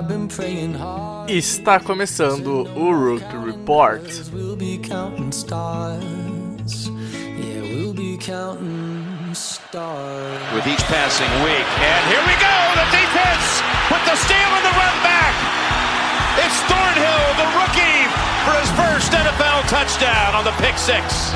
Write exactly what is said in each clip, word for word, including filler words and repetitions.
Está começando o Rookie Report. With each passing week, and here we go, the defense with the steal and the run back. It's Thornhill, the rookie, for his first N F L touchdown on the pick six.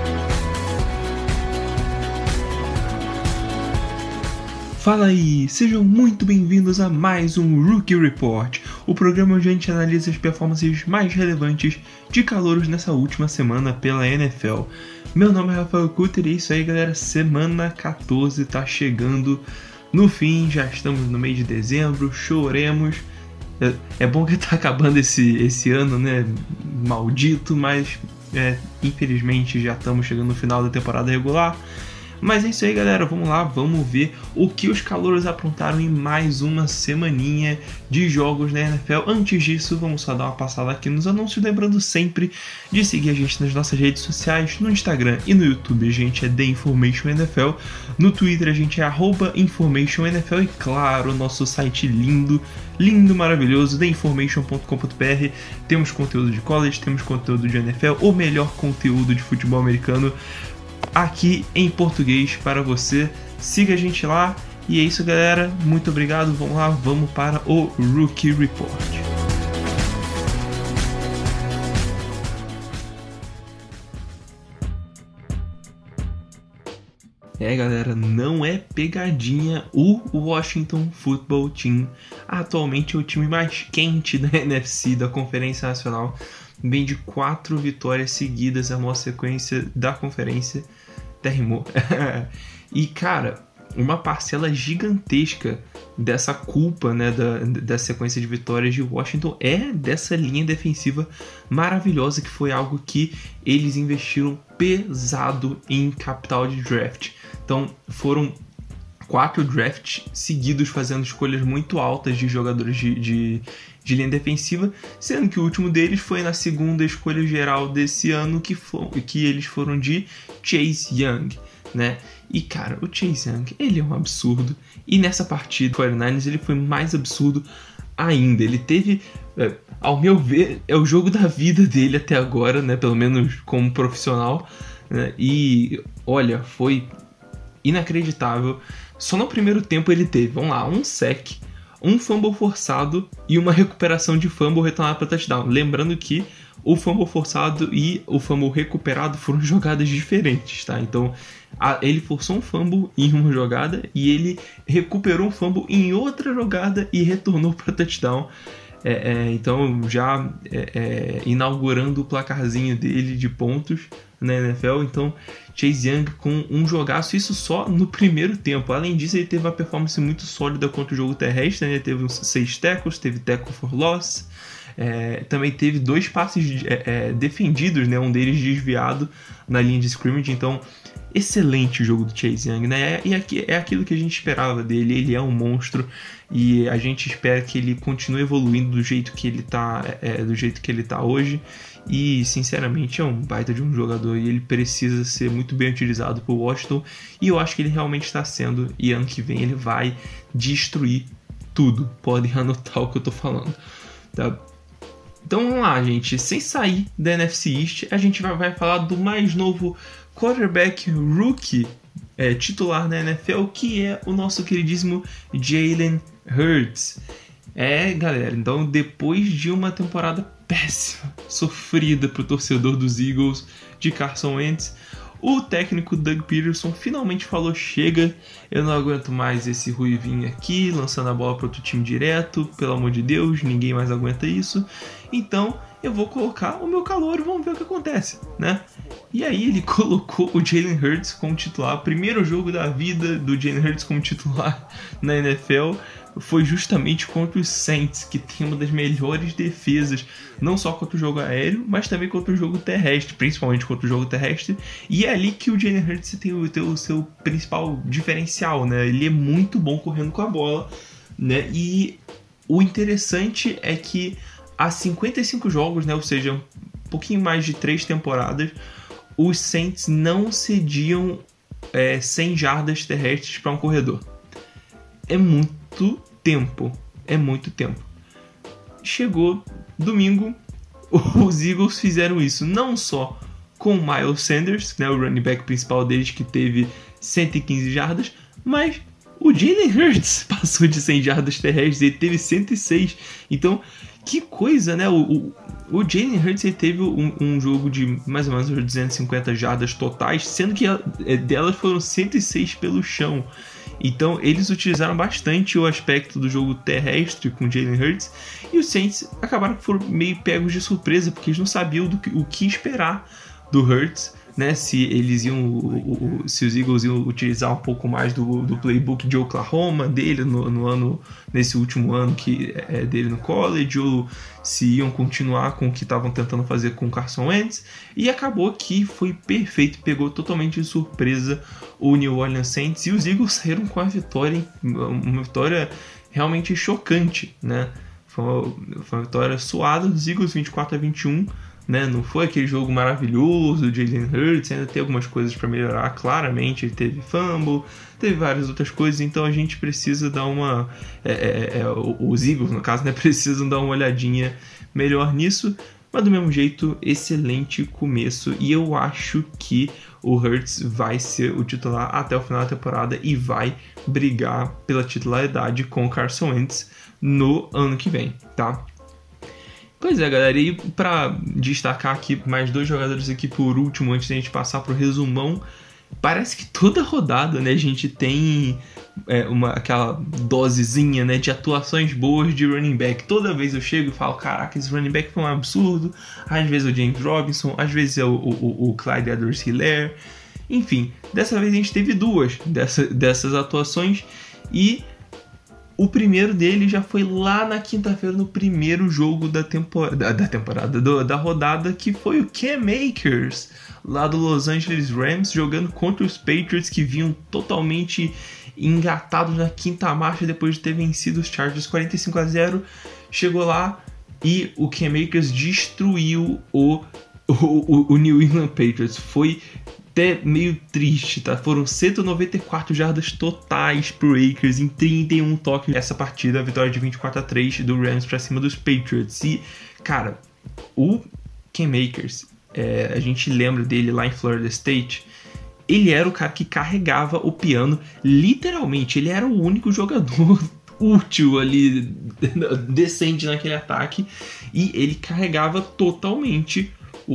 Fala aí, sejam muito bem-vindos a mais um Rookie Report, o programa onde a gente analisa as performances mais relevantes de calouros nessa última semana pela N F L. Meu nome é Rafael Cutter e é isso aí, galera, semana catorze tá chegando no fim, já estamos no mês de dezembro, choremos. É, é bom que tá acabando esse, esse ano, né, maldito, mas é, infelizmente já estamos chegando no final da temporada regular. Mas é isso aí, galera, vamos lá, vamos ver o que os calouros aprontaram em mais uma semaninha de jogos na N F L. Antes disso, vamos só dar uma passada aqui nos anúncios, lembrando sempre de seguir a gente nas nossas redes sociais, no Instagram e no YouTube a gente é The Information N F L, no Twitter a gente é arroba Information N F L e claro, nosso site lindo, lindo, maravilhoso, the information ponto com ponto b r, temos conteúdo de college, temos conteúdo de N F L, o melhor conteúdo de futebol americano aqui em português para você. Siga a gente lá e é isso, galera, muito obrigado, vamos lá, vamos para o Rookie Report. É, galera, não é pegadinha, o Washington Football Team atualmente é o time mais quente da N F C, da Conferência Nacional. Vem de quatro vitórias seguidas, a maior sequência da conferência. Até rimou. E, cara, uma parcela gigantesca dessa culpa, né, da, da sequência de vitórias de Washington é dessa linha defensiva maravilhosa, que foi algo que eles investiram pesado em capital de draft. Então, foram quatro drafts seguidos fazendo escolhas muito altas de jogadores de, de, de linha defensiva, sendo que o último deles foi na segunda escolha geral desse ano, que, for, que eles foram de Chase Young, né? E, cara, o Chase Young, ele é um absurdo, e nessa partida do quarenta e nove ers ele foi mais absurdo ainda. Ele teve, é, ao meu ver, é o jogo da vida dele até agora, né? Pelo menos como profissional, né? E, olha, foi inacreditável. Só no primeiro tempo ele teve, vamos lá, um sack, um fumble forçado e uma recuperação de fumble retornada para touchdown. Lembrando que o fumble forçado e o fumble recuperado foram jogadas diferentes, tá? Então, a, ele forçou um fumble em uma jogada e ele recuperou um fumble em outra jogada e retornou para touchdown. É, é, então, já é, é, inaugurando o placarzinho dele de pontos na N F L. Então, Chase Young com um jogaço, isso só no primeiro tempo. Além disso, ele teve uma performance muito sólida contra o jogo terrestre, né? Ele teve uns seis tackles, teve tackle for loss, é, também teve dois passes é, é, defendidos, né? Um deles desviado na linha de scrimmage. Então, excelente o jogo do Chase Young, né? E aqui é aquilo que a gente esperava dele. Ele é um monstro e a gente espera que ele continue evoluindo do jeito que ele tá, é, do jeito que ele tá hoje. E sinceramente é um baita de um jogador e ele precisa ser muito bem utilizado por Washington, e eu acho que ele realmente está sendo, e ano que vem ele vai destruir tudo. Podem anotar o que eu tô falando, tá? Então vamos lá, gente, sem sair da N F C East, a gente vai, vai falar do mais novo quarterback rookie é, titular na N F L, que é o nosso queridíssimo Jalen Hurts. É, galera, então depois de uma temporada péssima, sofrida para o torcedor dos Eagles de Carson Wentz, o técnico Doug Peterson finalmente falou: chega, eu não aguento mais esse ruivinho aqui, lançando a bola para outro time direto, pelo amor de Deus, ninguém mais aguenta isso, então eu vou colocar o meu calor e vamos ver o que acontece, né? E aí ele colocou o Jalen Hurts como titular. O primeiro jogo da vida do Jalen Hurts como titular na N F L foi justamente contra os Saints, que tem uma das melhores defesas, não só contra o jogo aéreo, mas também contra o jogo terrestre, principalmente contra o jogo terrestre. E é ali que o Jalen Hurts tem o, tem o seu principal diferencial, né? Ele é muito bom correndo com a bola, né? E o interessante é que há cinquenta e cinco jogos, né? Ou seja, um pouquinho mais de três temporadas, os Saints não cediam é, cem jardas terrestres para um corredor. É muito tempo, é muito tempo. chegou domingo, os Eagles fizeram isso não só com o Miles Sanders, né, o running back principal deles, que teve cento e quinze jardas, mas o Jalen Hurts passou de cem jardas terrestres, ele teve cento e seis. Então, que coisa, né? O, o, o Jalen Hurts ele teve um, um jogo de mais ou menos duzentas e cinquenta jardas totais, sendo que delas foram cento e seis pelo chão. Então, eles utilizaram bastante o aspecto do jogo terrestre com o Jalen Hurts, e os Saints acabaram que foram meio pegos de surpresa, porque eles não sabiam do que, o que esperar do Hurts, né? Se eles iam, o, o, se os Eagles iam utilizar um pouco mais do, do playbook de Oklahoma dele no, no ano, nesse último ano que é dele no college, ou se iam continuar com o que estavam tentando fazer com o Carson Wentz. E acabou que foi perfeito, pegou totalmente de surpresa o New Orleans Saints, e os Eagles saíram com a vitória, uma vitória realmente chocante, né? Foi uma, foi uma vitória suada dos Eagles, vinte e quatro a vinte e um. Né? Não foi aquele jogo maravilhoso de Jalen Hurts, ainda tem algumas coisas para melhorar, claramente. Ele teve fumble, teve várias outras coisas, então a gente precisa dar uma... É, é, é, os Eagles, no caso, né, precisam dar uma olhadinha melhor nisso, mas do mesmo jeito, excelente começo, e eu acho que o Hurts vai ser o titular até o final da temporada e vai brigar pela titularidade com o Carson Wentz no ano que vem, tá? Pois é, galera, e para destacar aqui mais dois jogadores aqui por último, antes da gente passar pro resumão, parece que toda rodada, né, a gente tem é, uma, aquela dosezinha, né, de atuações boas de running back. Toda vez eu chego e falo, caraca, esse running back foi um absurdo. Às vezes é o James Robinson, às vezes é o, o, o Clyde Edwards-Helaire. Enfim, dessa vez a gente teve duas dessa, dessas atuações, e o primeiro dele já foi lá na quinta-feira, no primeiro jogo da temporada, da, temporada do, da rodada, que foi o Cam Akers, lá do Los Angeles Rams, jogando contra os Patriots, que vinham totalmente engatados na quinta marcha depois de ter vencido os Chargers quarenta e cinco a zero. Chegou lá e o Cam Akers destruiu o, o, o New England Patriots. Foi até meio triste, tá? Foram cento e noventa e quatro jardas totais pro Akers em trinta e um toques nessa partida, a vitória de vinte e quatro a três do Rams pra cima dos Patriots. E, cara, o Cam Akers, é, a gente lembra dele lá em Florida State, ele era o cara que carregava o piano, literalmente, ele era o único jogador útil ali, decente naquele ataque, e ele carregava totalmente O,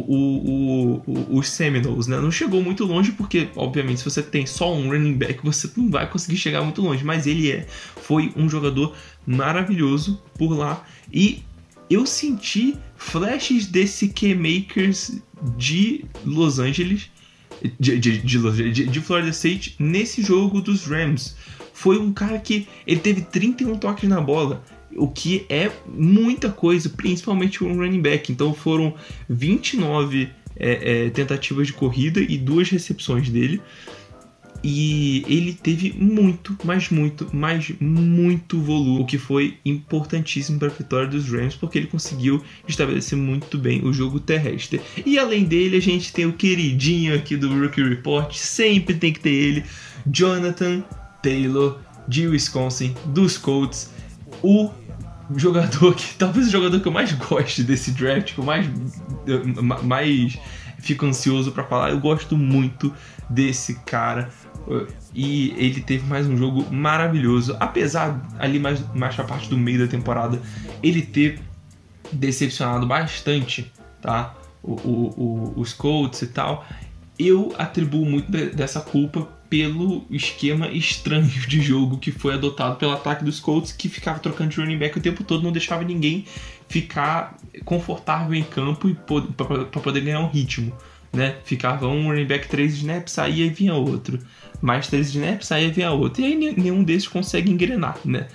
o, o, os Seminoles, né? Não chegou muito longe porque, obviamente, se você tem só um running back, você não vai conseguir chegar muito longe, mas ele é, foi um jogador maravilhoso por lá, e eu senti flashes desse Cam Akers de Los Angeles, de, de, de, de, de Florida State, nesse jogo dos Rams. Foi um cara que ele teve trinta e um toques na bola, o que é muita coisa, principalmente um running back. Então foram vinte e nove é, é, tentativas de corrida e duas recepções dele. E ele teve muito, mas muito, mas muito volume, o que foi importantíssimo para a vitória dos Rams, porque ele conseguiu estabelecer muito bem o jogo terrestre. E além dele, a gente tem o queridinho aqui do Rookie Report, sempre tem que ter ele, Jonathan Taylor, de Wisconsin, dos Colts, o jogador que, talvez o jogador que eu mais gosto desse draft, que eu mais, mais fico ansioso para falar. Eu gosto muito desse cara, e ele teve mais um jogo maravilhoso, apesar ali mais, mais pra parte do meio da temporada ele ter decepcionado bastante, tá? O, o, o, os Colts e tal. Eu atribuo muito dessa culpa pelo esquema estranho de jogo que foi adotado pelo ataque dos Colts, que ficava trocando de running back o tempo todo, não deixava ninguém ficar confortável em campo para poder ganhar um ritmo, né? Ficava um running back três snaps, saía e vinha outro, mais três snaps, saía e vinha outro, e aí nenhum desses consegue engrenar, né?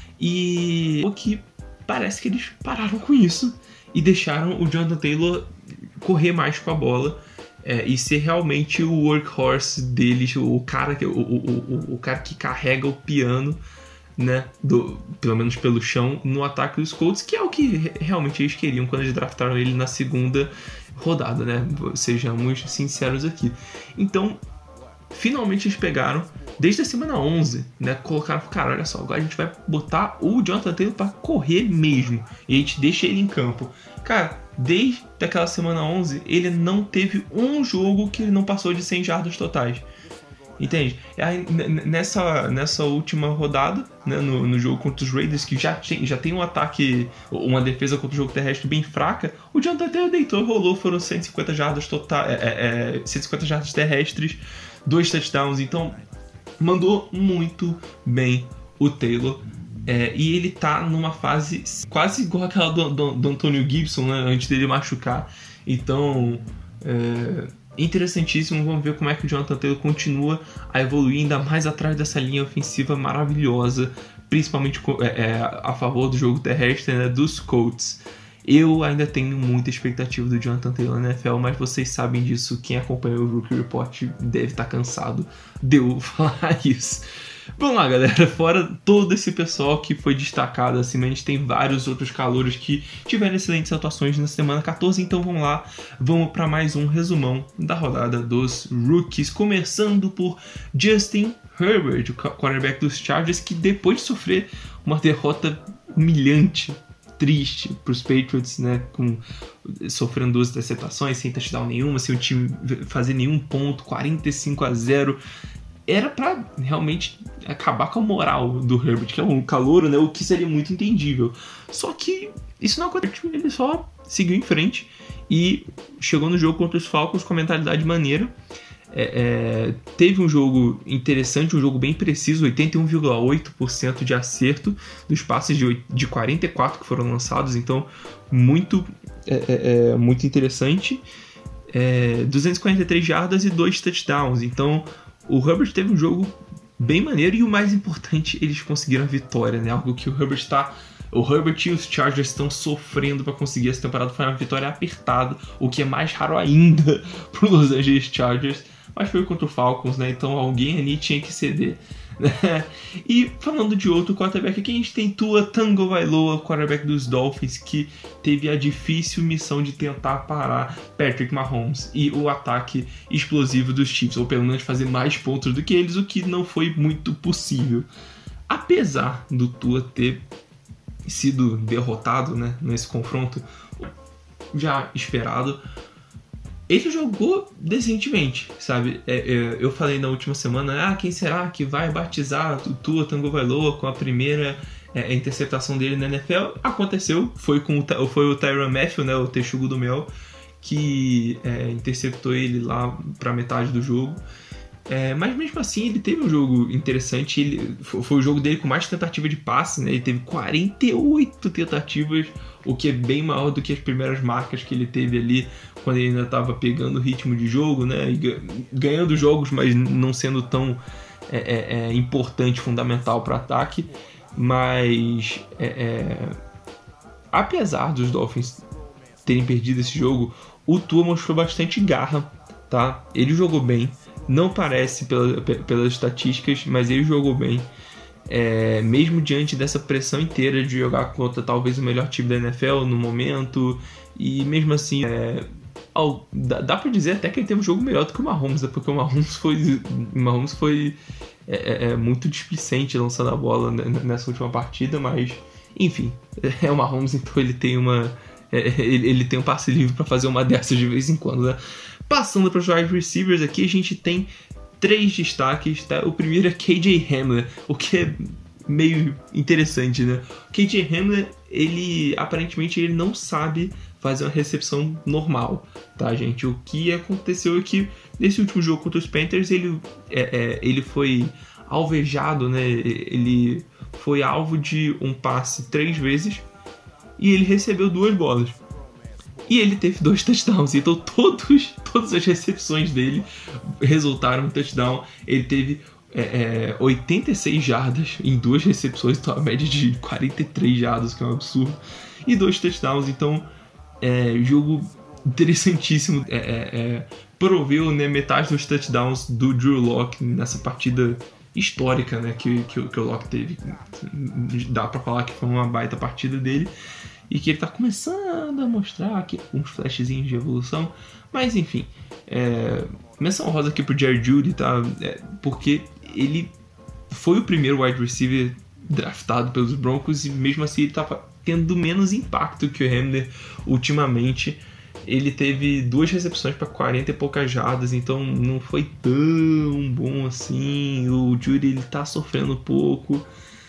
E o que parece que eles pararam com isso e deixaram o Jonathan Taylor correr mais com a bola, É, e ser realmente o workhorse deles, o cara que, o, o, o, o cara que carrega o piano, né, do, pelo menos pelo chão, no ataque dos Colts, que é o que realmente eles queriam quando eles draftaram ele na segunda rodada, né? Sejamos sinceros aqui. Então, finalmente eles pegaram, desde a semana onze, né, colocaram, cara, olha só, agora a gente vai botar o Jonathan Taylor pra correr mesmo, e a gente deixa ele em campo. Cara, desde aquela semana onze, ele não teve um jogo que ele não passou de cem jardas totais. Entende? Aí, nessa, nessa última rodada, né, no, no jogo contra os Raiders, que já tem, já tem um ataque, uma defesa contra o jogo terrestre bem fraca, o Jonathan Taylor deitou, rolou, foram cento e cinquenta jardas total, é, é, cento e cinquenta jardas terrestres, dois touchdowns, então mandou muito bem o Taylor. É, e ele tá numa fase quase igual aquela do, do, do Antonio Gibson, né, antes dele machucar. Então, é interessantíssimo. Vamos ver como é que o Jonathan Taylor continua a evoluir ainda mais atrás dessa linha ofensiva maravilhosa, principalmente é, é, a favor do jogo terrestre, né, dos Colts. Eu ainda tenho muita expectativa do Jonathan Taylor na N F L, mas vocês sabem disso. Quem acompanha o Rookie Report deve estar cansado de eu falar isso. Vamos lá, galera, fora todo esse pessoal que foi destacado assim, a gente tem vários outros calouros que tiveram excelentes atuações na semana catorze, então vamos lá, vamos para mais um resumão da rodada dos Rookies, começando por Justin Herbert, o quarterback dos Chargers, que depois de sofrer uma derrota humilhante, triste para os Patriots, né, com, sofrendo duas interceptações, sem touchdown nenhuma, sem o time fazer nenhum ponto, quarenta e cinco a zero, era pra realmente acabar com a moral do Herbert, que é um calouro, né? O que seria muito entendível. Só que isso não aconteceu, ele só seguiu em frente e chegou no jogo contra os Falcons com a mentalidade maneira. É, é, teve um jogo interessante, um jogo bem preciso, oitenta e um vírgula oito por cento de acerto dos passes de, de quarenta e quatro que foram lançados, então muito, é, é, é, muito interessante. É, duzentas e quarenta e três jardas e dois touchdowns, então o Herbert teve um jogo bem maneiro e o mais importante, eles conseguiram a vitória, né? Algo que o Herbert está... O Herbert e os Chargers estão sofrendo para conseguir essa temporada. Foi uma vitória apertada, o que é mais raro ainda para os Los Angeles Chargers. Mas foi contra o Falcons, né? Então alguém ali tinha que ceder. Né? E falando de outro quarterback aqui, a gente tem Tua Tagovailoa, quarterback dos Dolphins, que teve a difícil missão de tentar parar Patrick Mahomes e o ataque explosivo dos Chiefs, ou pelo menos fazer mais pontos do que eles, o que não foi muito possível. Apesar do Tua ter sido derrotado, né, nesse confronto, já esperado, ele jogou decentemente, sabe? É, é, eu falei na última semana, ah, quem será que vai batizar o Tua Tagovailoa com a primeira é, interceptação dele na N F L? Aconteceu, foi, com o, foi o Tyrann Mathieu, né, o texugo do mel, que é, interceptou ele lá para metade do jogo. É, mas mesmo assim ele teve um jogo interessante, ele, foi o jogo dele com mais tentativa de passe, né? Ele teve quarenta e oito tentativas, o que é bem maior do que as primeiras marcas que ele teve ali quando ele ainda estava pegando o ritmo de jogo, né? E ganhando jogos, mas não sendo tão é, é, é, importante, fundamental para o ataque. Mas é, é, apesar dos Dolphins terem perdido esse jogo, o Tua mostrou bastante garra, tá? Ele jogou bem. Não parece pela, pelas estatísticas, mas ele jogou bem. É, mesmo diante dessa pressão inteira de jogar contra talvez o melhor time da N F L no momento. E mesmo assim, é, ao, dá, dá pra dizer até que ele teve um jogo melhor do que o Mahomes, né? Porque o Mahomes foi, o Mahomes foi é, é, muito displicente lançando a bola nessa última partida. Mas, enfim, é o Mahomes, então ele tem uma... É, ele, ele tem um passe livre para fazer uma dessas de vez em quando, né? Passando para os wide receivers aqui, a gente tem três destaques, tá? O primeiro é K J Hamler, o que é meio interessante, né? O K J Hamler, ele aparentemente ele não sabe fazer uma recepção normal, tá, gente? O que aconteceu é que nesse último jogo contra os Panthers, ele, é, é, ele foi alvejado, né? Ele foi alvo de um passe três vezes e ele recebeu duas bolas. E ele teve dois touchdowns, então todos, todas as recepções dele resultaram em touchdown. Ele teve é, é, oitenta e seis jardas em duas recepções, então a média de quarenta e três jardas, que é um absurdo, e dois touchdowns, então é, jogo interessantíssimo. É, é, é, proveu, né, metade dos touchdowns do Drew Lock nessa partida histórica, né, que, que, que o Lock teve. Dá pra falar que foi uma baita partida dele. E que ele está começando a mostrar aqui uns flashzinhos de evolução. Mas enfim, é, menção rosa aqui pro Jerry Jeudy, tá? É, porque ele foi o primeiro wide receiver draftado pelos Broncos e mesmo assim ele tá tendo menos impacto que o Hamler ultimamente. Ele teve duas recepções para quarenta e poucas jardas, então não foi tão bom assim. O Jeudy, ele tá sofrendo um pouco.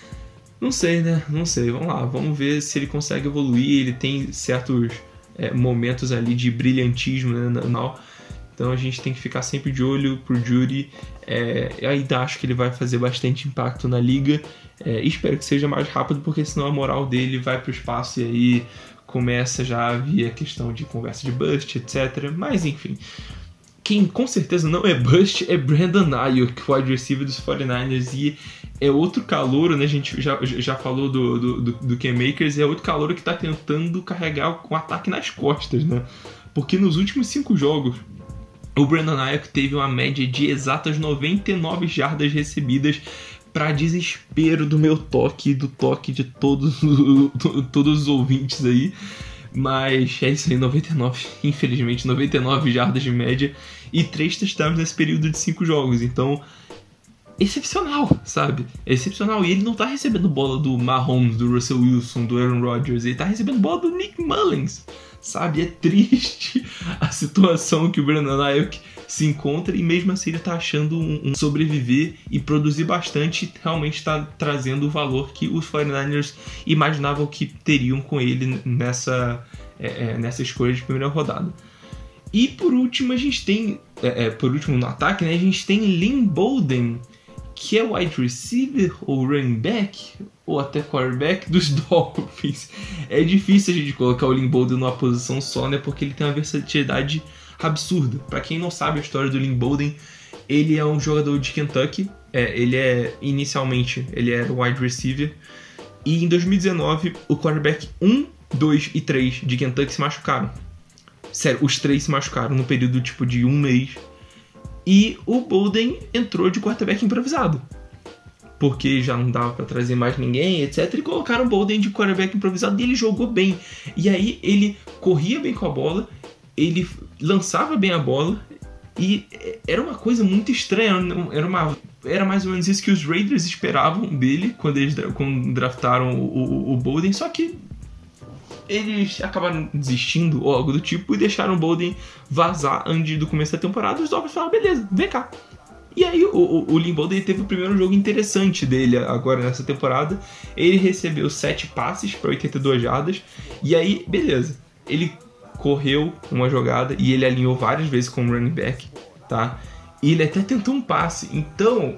Não sei, né? Não sei. Vamos lá, vamos ver se ele consegue evoluir. Ele tem certos é, momentos ali de brilhantismo, né? Não. Então a gente tem que ficar sempre de olho pro Jeudy. É, eu ainda acho que ele vai fazer bastante impacto na liga. É, espero que seja mais rápido, porque senão a moral dele vai pro espaço e aí começa já a vir a questão de conversa de bust, etcétera. Mas enfim, quem com certeza não é bust é Brandon Ayuk, wide receiver dos forty-niners, e é outro calouro, né? A gente já, já falou do, do, do, do Cam Akers, é outro calouro que está tentando carregar o ataque nas costas, né? Porque nos últimos cinco jogos, o Brandon Ayuk teve uma média de exatas noventa e nove jardas recebidas, para desespero do meu toque e do toque de todos, todos os ouvintes aí. Mas é isso aí, noventa e nove, infelizmente, noventa e nove jardas de média e três touchdowns nesse período de cinco jogos. Então, excepcional, sabe? Excepcional. E ele não tá recebendo bola do Mahomes, do Russell Wilson, do Aaron Rodgers. Ele tá recebendo bola do Nick Mullins, sabe? É triste a situação que o Brandon Ayuk se encontra e mesmo assim ele tá achando um, um sobreviver e produzir bastante, e realmente está trazendo o valor que os forty-niners imaginavam que teriam com ele nessa, é, nessa escolha de primeira rodada. E por último a gente tem, é, por último no ataque, né, a gente tem Lynn Bowden, que é wide receiver ou running back ou até quarterback dos Dolphins. É difícil a gente colocar o Lynn Bowden numa posição só, né, porque ele tem uma versatilidade absurda. Para quem não sabe a história do Lynn Bowden, ele é um jogador de Kentucky. É, ele é inicialmente ele era wide receiver e em dois mil e dezenove o quarterback um, dois e três de Kentucky se machucaram. Sério, os três se machucaram no período tipo de um mês e o Bowden entrou de quarterback improvisado porque já não dava para trazer mais ninguém, etc, e colocaram o Bowden de quarterback improvisado e ele jogou bem. E aí ele corria bem com a bola, ele lançava bem a bola e era uma coisa muito estranha. Era, uma, era mais ou menos isso que os Raiders esperavam dele quando eles quando draftaram o, o, o Bowden, só que eles acabaram desistindo ou algo do tipo e deixaram o Bowden vazar antes do começo da temporada. Os Dolphins falaram, beleza, vem cá. E aí o, o, o Lynn Bowden teve o primeiro jogo interessante dele agora nessa temporada. Ele recebeu sete passes para oitenta e duas jardas e aí, beleza, ele correu uma jogada e ele alinhou várias vezes com o running back, tá? E ele até tentou um passe. Então,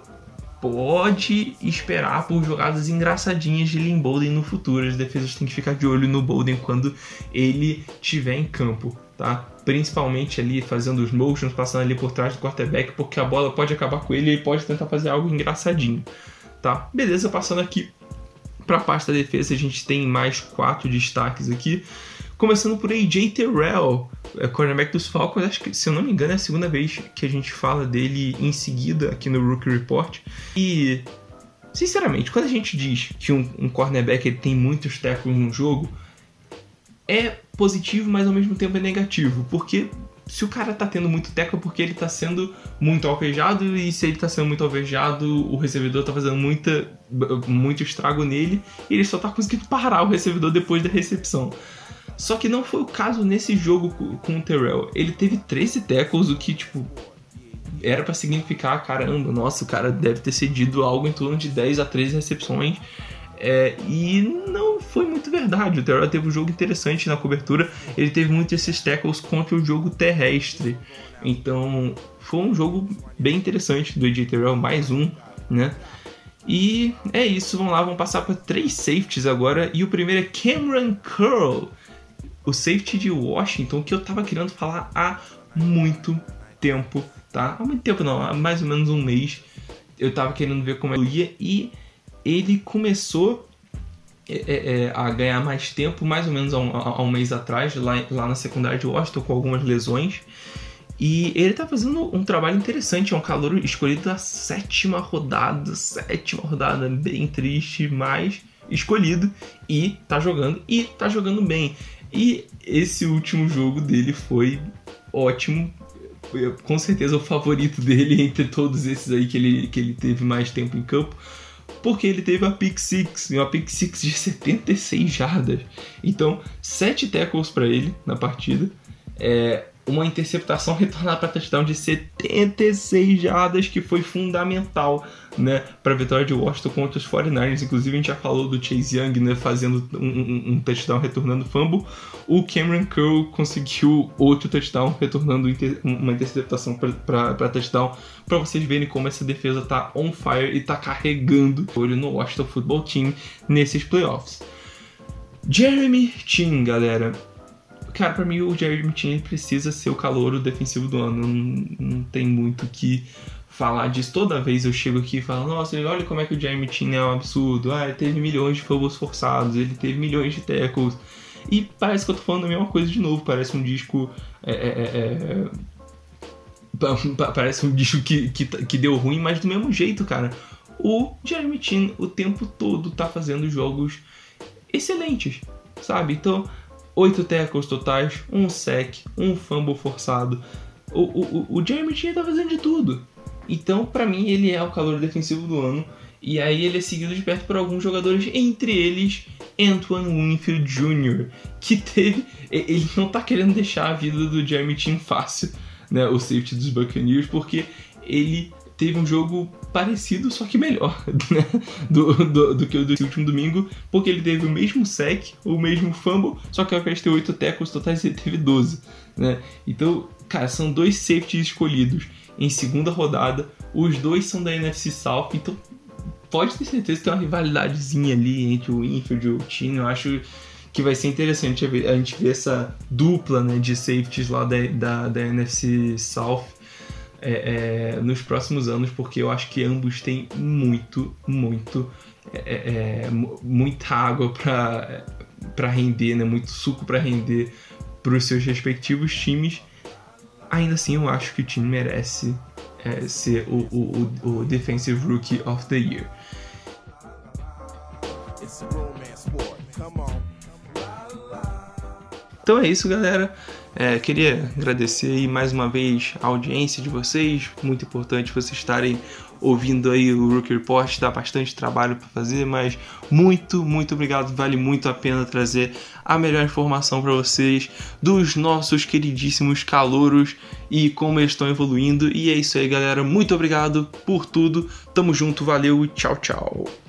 pode esperar por jogadas engraçadinhas de Lynn Bowden no futuro. As defesas têm que ficar de olho no Bowden quando ele estiver em campo, tá? Principalmente ali fazendo os motions, passando ali por trás do quarterback, porque a bola pode acabar com ele e ele pode tentar fazer algo engraçadinho, tá? Beleza, passando aqui para a parte da defesa, a gente tem mais quatro destaques aqui. Começando por A J Terrell, é cornerback dos Falcons. Acho que, se eu não me engano, é a segunda vez que a gente fala dele em seguida aqui no Rookie Report. E, sinceramente, quando a gente diz que um, um cornerback ele tem muitos tackles no jogo, é positivo, mas ao mesmo tempo é negativo. Porque se o cara tá tendo muito tackle, é porque ele tá sendo muito alvejado, e se ele tá sendo muito alvejado, o recebedor tá fazendo muita, muito estrago nele, e ele só tá conseguindo parar o recebedor depois da recepção. Só que não foi o caso nesse jogo com o Terrell. Ele teve treze tackles, o que, tipo, era pra significar, caramba, nossa, o cara deve ter cedido algo em torno de dez a treze recepções. É, e não foi muito verdade. O Terrell teve um jogo interessante na cobertura. Ele teve muitos esses tackles contra o jogo terrestre. Então, foi um jogo bem interessante do A J Terrell, mais um, né? E é isso, vamos lá, vamos passar para três safeties agora. E o primeiro é Cameron Curl, o safety de Washington, que eu tava querendo falar há muito tempo, tá? Há muito tempo não, há mais ou menos um mês. Eu tava querendo ver como ele ia e ele começou é, é, a ganhar mais tempo, mais ou menos há um, há um mês atrás, lá, lá na secundária de Washington, com algumas lesões. E ele tá fazendo um trabalho interessante, é um calouro escolhido na sétima rodada, sétima rodada, bem triste, mas escolhido, e tá jogando, e tá jogando bem. E esse último jogo dele foi ótimo, com certeza o favorito dele entre todos esses aí que ele, que ele teve mais tempo em campo, porque ele teve a pick six, uma pick six de setenta e seis jardas. Então, sete tackles para ele na partida, é, uma interceptação retornada para touchdown de setenta e seis jardas, que foi fundamental, né, para a vitória de Washington contra os quarenta e nove ers. Inclusive, a gente já falou do Chase Young, né, fazendo um, um, um touchdown retornando fumble. O Cameron Curl conseguiu outro touchdown retornando inter- uma interceptação para touchdown, para vocês verem como essa defesa tá on fire e tá carregando o olho no Washington Football Team nesses playoffs. Jeremy Chinn, galera. Cara, pra mim o Jeremy Chinn precisa ser o calouro defensivo do ano. Não, não tem muito o que falar disso. Toda vez eu chego aqui e falo, nossa, olha como é que o Jeremy Chinn é um absurdo. Ah, ele teve milhões de fumbles forçados, ele teve milhões de tackles. E parece que eu tô falando a mesma coisa de novo. Parece um disco... É, é, é, parece um disco que, que, que deu ruim, mas do mesmo jeito, cara. O Jeremy Chinn o tempo todo tá fazendo jogos excelentes, sabe? Então... oito tackles totais, um sack, um fumble forçado. O, o, o Jeremy Chinn tá fazendo de tudo. Então, pra mim, ele é o calor defensivo do ano. E aí ele é seguido de perto por alguns jogadores, entre eles Antoine Winfield Júnior, que teve... Ele não tá querendo deixar a vida do Jeremy Chinn fácil, né? O safety dos Buccaneers, porque ele teve um jogo parecido, só que melhor, né? do, do, do que o do último domingo, porque ele teve o mesmo sack, o mesmo fumble, só que ao invés de ter oito tackles totais, ele teve doze, né? Então, cara, são dois safeties escolhidos em segunda rodada, os dois são da N F C South, então pode ter certeza que tem uma rivalidadezinha ali entre o Winfield e o Chinn. Eu acho que vai ser interessante a gente ver essa dupla, né, de safeties lá da, da, da N F C South É, é, nos próximos anos, porque eu acho que ambos têm muito, muito, é, é, muita água para render, né? Muito suco para render para os seus respectivos times. Ainda assim, eu acho que o time merece é, ser o, o, o, o Defensive Rookie of the Year. Então é isso, galera. É, queria agradecer aí mais uma vez a audiência de vocês. Muito importante vocês estarem ouvindo aí o Rookie Report. Dá bastante trabalho para fazer, mas muito, muito obrigado. Vale muito a pena trazer a melhor informação para vocês dos nossos queridíssimos calouros e como eles estão evoluindo. E é isso aí, galera. Muito obrigado por tudo. Tamo junto, valeu e tchau, tchau.